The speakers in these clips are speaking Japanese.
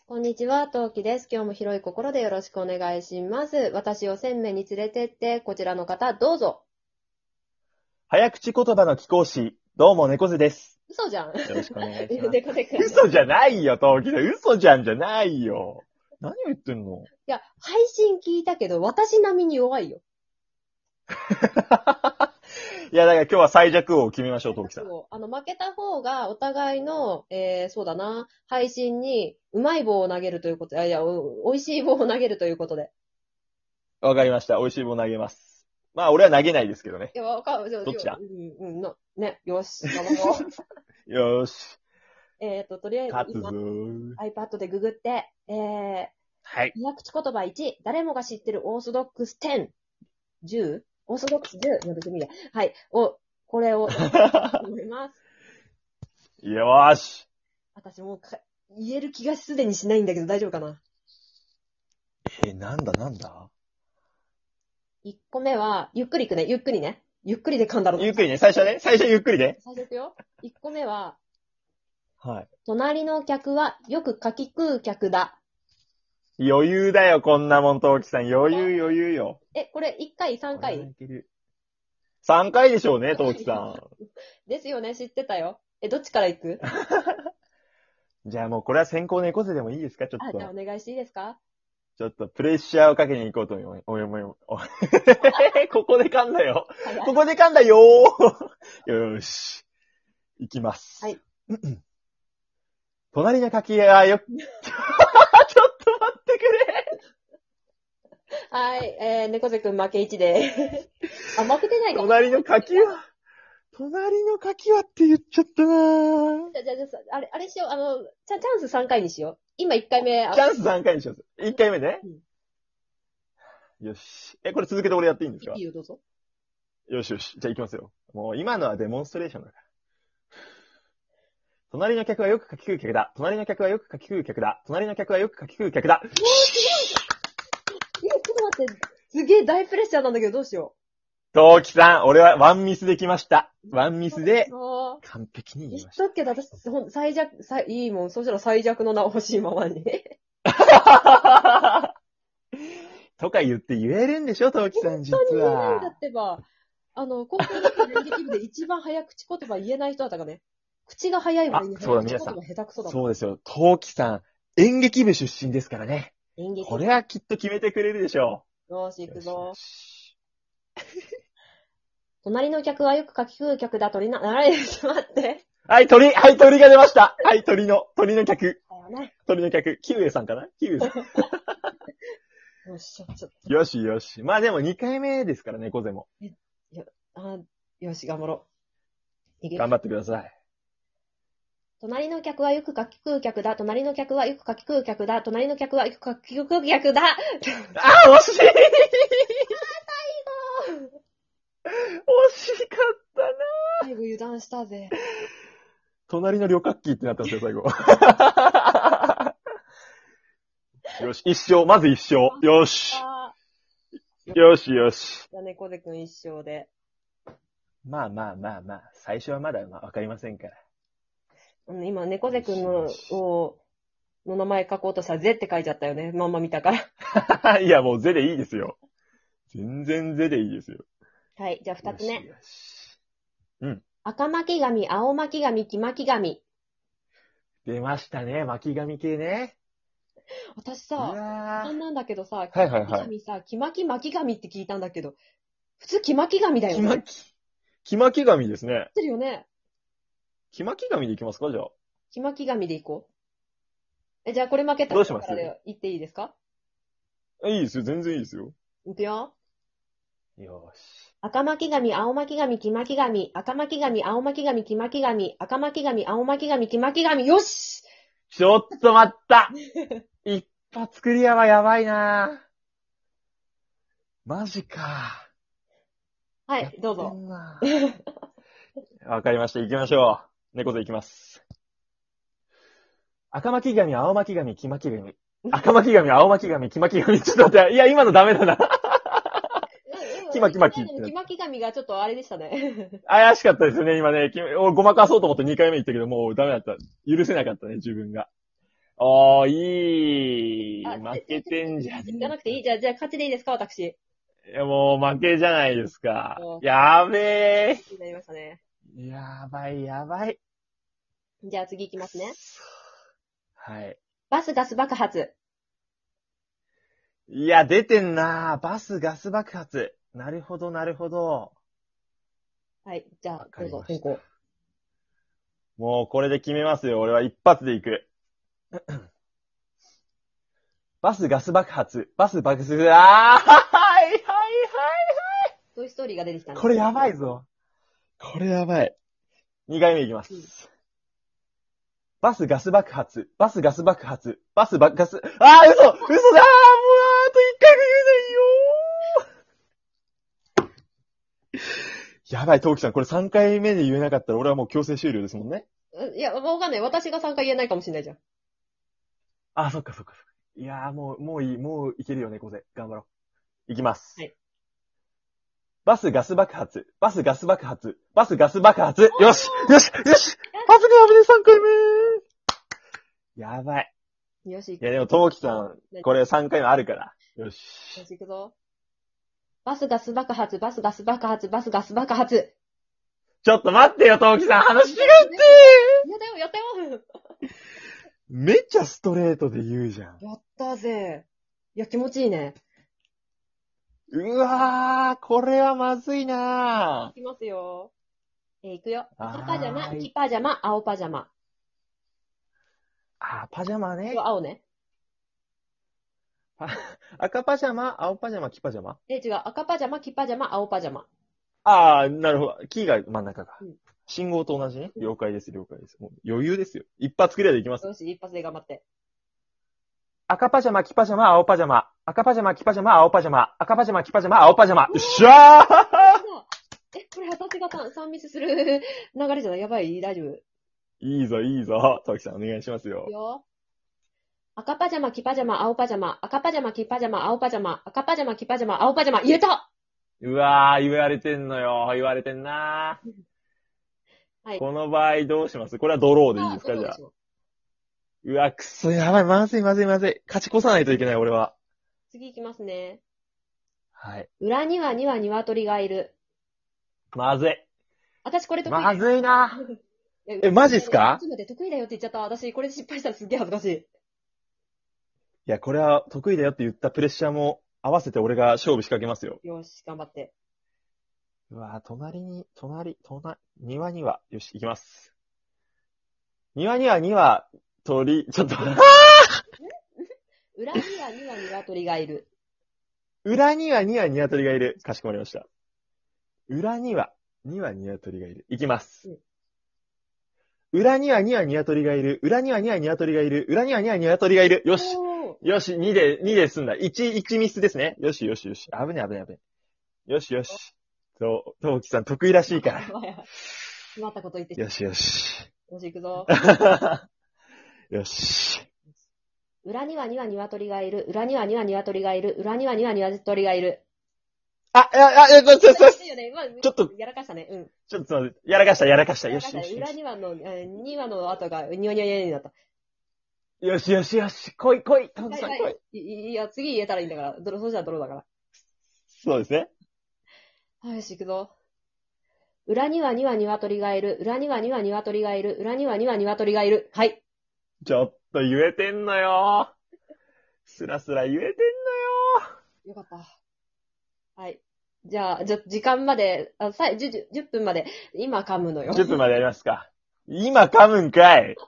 こんにちは、トウキです。今日も広い心でよろしくお願いします。私を鮮明に連れてって、こちらの方、どうぞ。 早口言葉の貴公子、どうも猫背です。 嘘じゃん。 よろしくお願いします。 猫背くん。 嘘じゃないよ、トウキで。嘘じゃんじゃないよ。何を言ってんの？ いや、配信聞いたけど、私並みに弱いよ。 いや、だから今日は最弱を決めましょう、トウキさん。 負けた方がお互いの、そうだな、配信にうまい棒を投げるということで、美味しい棒を投げるということで。 わかりました。美味しい棒投げます。まあ、俺は投げないですけどね。 いや、 どっちだ？ ね、よし、頑張ろう。 よーし。 とりあえず勝つぞ今、 ー。 iPad でググって、 はい。 早口言葉1、誰もが知ってるオーソドックス10、10? オーソドックス10、やめてみる。はい。これを、思います。 よーし。 私もう言える気がすでにしないんだけど大丈夫かな。 なんだ 1個目は、ゆっくりいくね、ゆっくりね。ゆっくりで噛んだろう。 ゆっくりね。最初ゆっくりね。 最初いくよ。1個目は、 はい。 隣の客はよくかき食う客だ。 余裕だよ、こんなもん、トウキさん。余裕よ。 これ1回、3回 3回でしょうね、トウキさん。 ですよね、知ってたよ。どっちから行く？ じゃあもうこれは先行猫背でもいいですか？ちょっじゃあおと。 願いしていいですか？ ちょっとプレッシャーをかけに行こうと思います。ここで噛んだよ。ここで噛んだよー。よーし。行きます。 はい。 隣の柿がよ、ちょっと待ってくれ。 はい、猫背くん負け1で。あ、負けてないか。 隣の柿はって言っちゃったなー。 じゃあ、あれしよう、チャンス3回にしよう。今1回目。 チャンス3回にします。1回目ね。よし。これ続けて俺やっていいんですか？ いいよ、どうぞ。 よし。じゃあ行きますよ。もう今のはデモンストレーションだから。隣の客はよくかき食う客だ。隣の客はよくかき食う客だ。隣の客はよくかき食う客だ。 ちょっと待って。すげえ大プレッシャーなんだけど、どうしよトウキさん、俺はワンミスできました。ワンミスでう。 完璧に言い言っました。 とくけど、私、いいもん。そしたら最弱の名欲しいままに。 とか言って言えるんでしょ、トウキさん、実本当に言えないんだは。 ってば。高校の演劇部で一番早口言葉言えない人だったからね。口が早い割にそうだ早口言葉下手くそだもん。 そうですよ。トウキさん、演劇部出身ですからね。 演劇。 これはきっと決めてくれるでしょよし、 う。 行くぞ。 よし隣の客はよくかき食う客だ、ちょっと待って。 はい、鳥が出ました。はい、鳥の客。 だよね。 鳥の客。キウエさんかな？キウエさん。 よし、ちょっと。 よし。まあでも2回目ですからね、猫背も。 よし、頑張ろう。 頑張ってください。 隣の客はよくかき食う客だ。隣の客はよくかき食う客だ。隣の客はよくかき食う客だ。 あ、惜しい惜しかったな。 最後油断したぜ。 隣の旅客機ってなったんですよ、最後。よし、まず一勝。よし。よし。 じゃあ猫背くん一勝で。 まあ。最初はまだわかりませんから。 今、猫背くんの名前書こうとしたら、ぜって書いちゃったよね。まんま見たから。 いや、もうゼでいいですよ。全然ゼでいいですよ。 はい、じゃあ二つ目。 よし。うん。 赤巻き紙、青巻き紙、黄巻き紙。 出ましたね、巻き紙系ね。 私うわさ、 ーなんだけどさ、 はいはいはい。 黄巻き巻き紙って聞いたんだけど、普通黄巻き紙だよね。 黄巻き紙ですね。 知ってるよね。 黄巻き紙でいきますか、じゃあ。 黄巻き紙でいこう。じゃあこれ負けたどうします？ からで言っていいですか？ いいですよ、全然いいですよ。 いくよ。 よし。 赤巻き紙、青巻き紙、黄巻き紙。赤巻き紙、青巻き紙、黄巻き紙。赤巻き紙、青巻き紙、黄巻き紙。よし！ ちょっと待った一発クリアはやばいなマジか。 はい、どうぞ。 わかりました。行きましょう。猫背行きます。赤巻紙、青巻紙、黄巻紙。赤巻紙、青巻紙、黄巻紙。ちょっと待って。いや、今のダメだな。黄巻って。 黄巻紙がちょっとあれでしたね。 怪しかったですよね、今ね。ごまかそうと思って2回目言ったけど、もうダメだった。許せなかったね、自分が。 おー、いい。 あ負けてんじゃん。 行かなくていいじゃあ勝ちでいいですか、私。 いや、もう負けじゃないですかそ。うやべえ。 になりましたね。 やばい、やばい。 じゃあ次行きますね。 はい。 バスガス爆発。 いや、出てんなバスガス爆発。なるほど、なるほど。 はい。じゃあ、どうぞ、 わかりました先行。 もうこれで決めますよ。俺は一発で行く。バスガス爆発。バス爆発。はいはいはい。 トイストーリーが出てきたね。 これやばいぞ。これやばい。2回目いきます。 うんバスガス爆発。バスガス爆発。バスガス、嘘だもうあと1回も言えないよやばい、トウキさん、これ3回目で言えなかったら俺はもう強制終了ですもんね。 いや、わかんない。私が3回言えないかもしれないじゃん。 あ、そっかそっかそっか。いやーもういい、もういけるよね、これ。頑張ろう。いきます。 はい。 バスガス爆発。バスガス爆発。バスガス爆発。よしよしよしバスが危ね3回目やばい。 よし、 いやでも、トウキさん、これ3回目あるから。よし。 よし、行くぞ。バスガス爆発、バスガス爆発、バスガス爆発。 ちょっと待ってよ、トウキさん。話違うってやったよ、やったよ。 めっちゃストレートで言うじゃん。 やったぜ。いや、気持ちいいね。 うわー、これはまずいなー。 いきますよ。いくよ。 はーい赤パジャマ、黄パジャマ、青パジャマ。 あー、パジャマね。 青ね。 赤パジャマ、青パジャマ、黄パジャマ違う。赤パジャマ、黄パジャマ、青パジャマ。 あー、なるほど。黄が真ん中か。 うん信号と同じね。了解です、了解です。もう余裕ですよ。一発クリアでいきます。 よし、一発で頑張って。 赤パジャマ、黄パジャマ、青パジャマ。赤パジャマ、黄パジャマ、青パジャマ。赤パジャマ、黄パジャマ、青パジャマ。よっしゃーこれ私が3ミスする流れじゃない？やばい？大丈夫？ いいぞ、いいぞ。トウキさん、お願いしますよいく。よ。赤パジャマ、黄パジャマ、青パジャマ。赤パジャマ、黄パジャマ、青パジャマ。赤パジャマ、黄パジャマ、青パジャマ。言えた！ うわー、言われてんのよ。言われてんなー。 はい。 この場合どうします？これはドローでいいですか、じゃあ。 あ。 うわ、くそ、やばい、まずい、まずい、まずい。勝ち越さないといけない、俺は。 次行きますね。 はい。 裏には鶏がいる。 まずい。 私これ得意。 まずいな。 え、 マジっすか？ ちょっと待って、得意だよって言っちゃった。私これで失敗したらすっげえ恥ずかしい。 いや、これは得意だよって言ったプレッシャーも合わせて俺が勝負仕掛けますよ。 よし、頑張って。 うわ、庭には、よし、行きます。庭には鳥、ちょっと、 裏には鶏がいる。 裏には鶏がいる。かしこまりました。裏には鶏がいる。行きます。裏には鶏がいる。裏には鶏がいる。裏には鶏がいる。よし。よし、2で済んだ。1ミスですね。よし。危ね。よし。トウキさん得意らしいから。 決まったこと言ってよし。 よし、行くぞ。 よし。 裏には鶏がいる。裏には鶏がいる。裏には鶏がいる。 ちょっとやらかしたね。うん。 ちょっと待って、やらかした。よし。 裏にはの、2話の後が、にわにわになった。 よし。来い。トウキさん来い。 いや、次言えたらいいんだから。そうしたらドローだから。 そうですね。 はい、よし、行くぞ。裏には鶏がいる。裏には鶏がいる。裏には鶏がいる。はい。 ちょっと言えてんのよ。スラスラ言えてんのよ。 よかった。はい。じゃあ、時間まで、10分まで、今噛むのよ。 10分までやりますか。今噛むんかい。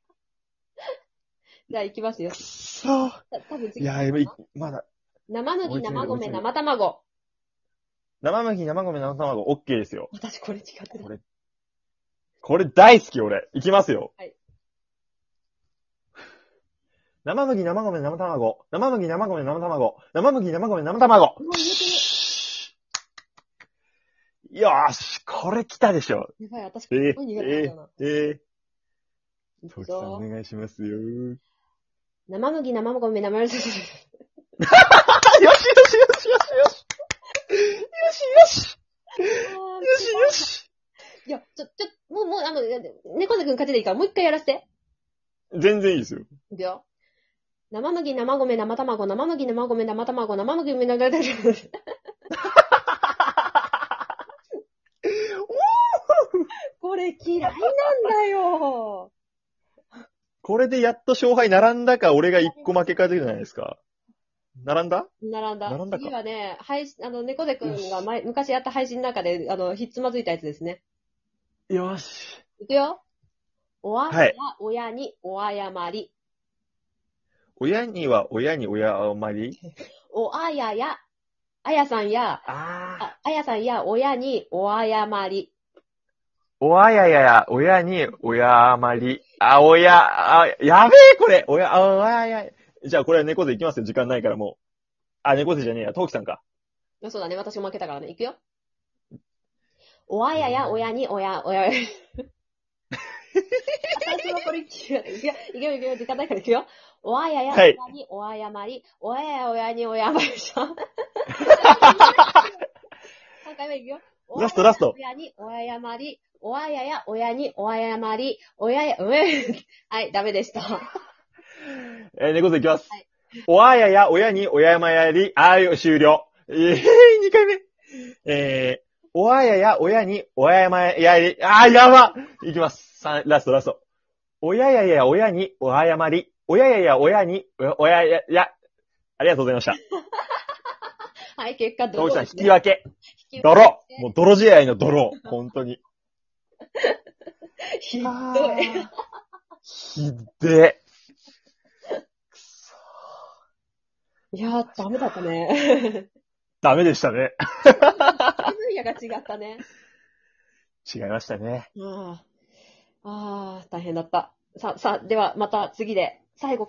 じゃあ行きますよ。 くそー。 多分次。 いや、まだ。 生麦、生米、生卵。 生麦、生米、生卵、OK ですよ。 私これ違ってた。 これ大好き、俺。いきますよ。 はい。 生麦、生米、生卵。生麦、生米、生卵。生麦、生米、生卵。よーし、これ来たでしょ。 やばい、私これ苦手なんだよな。 トウキさんお願いしますよ。 生麦、生米、生よし。 よし。 いや、もう、猫背くん勝ちでいいから、もう一回やらせて。 全然いいですよ。 いくよ。 生麦、生米、生卵、生麦、生米、生卵、生麦、生米、これ嫌いなんだよ。 これでやっと勝敗並んだか、俺が1個負けかじゃないですか。並んだ並んだ。 並んだか次はね、猫背くんが昔やった配信の中で、ひっつまずいたやつですね。 よし。 いくよ。おあはいや親にお謝り。 親には親に親あまりおあやや、あやさんや、あやさんや親にお謝り。 おあややや、親に親あまり。やべえこれじゃあこれは猫背いきますよ。時間ないからもう。猫背じゃねえや。トウキさんか。 そうだね、私も負けたからね。いくよ。おあやや親に親。私もこれいくよ。いくよ。時間ないからいくよ。おあやや親にお謝り。おあやや親にお謝りでしょ。3回目いくよ。 ラスト。 親にお謝り。おあやや親にお謝り。はい、ダメでした。 猫背いきます。 はい、 おあやや親に親やり。終了。2回目。おあやや親に親やり。やばいきます。ラスト。おややや親にお謝り。おややや親にありがとうございました。 はい、結果トウキさん引き分け。泥。もう泥試合の泥。本当に。 ひどい。 ひでえ。 いやー、ダメだったね。 ダメでしたね。 分野が違ったね。 違いましたね。 大変だった。ではまた次で、最後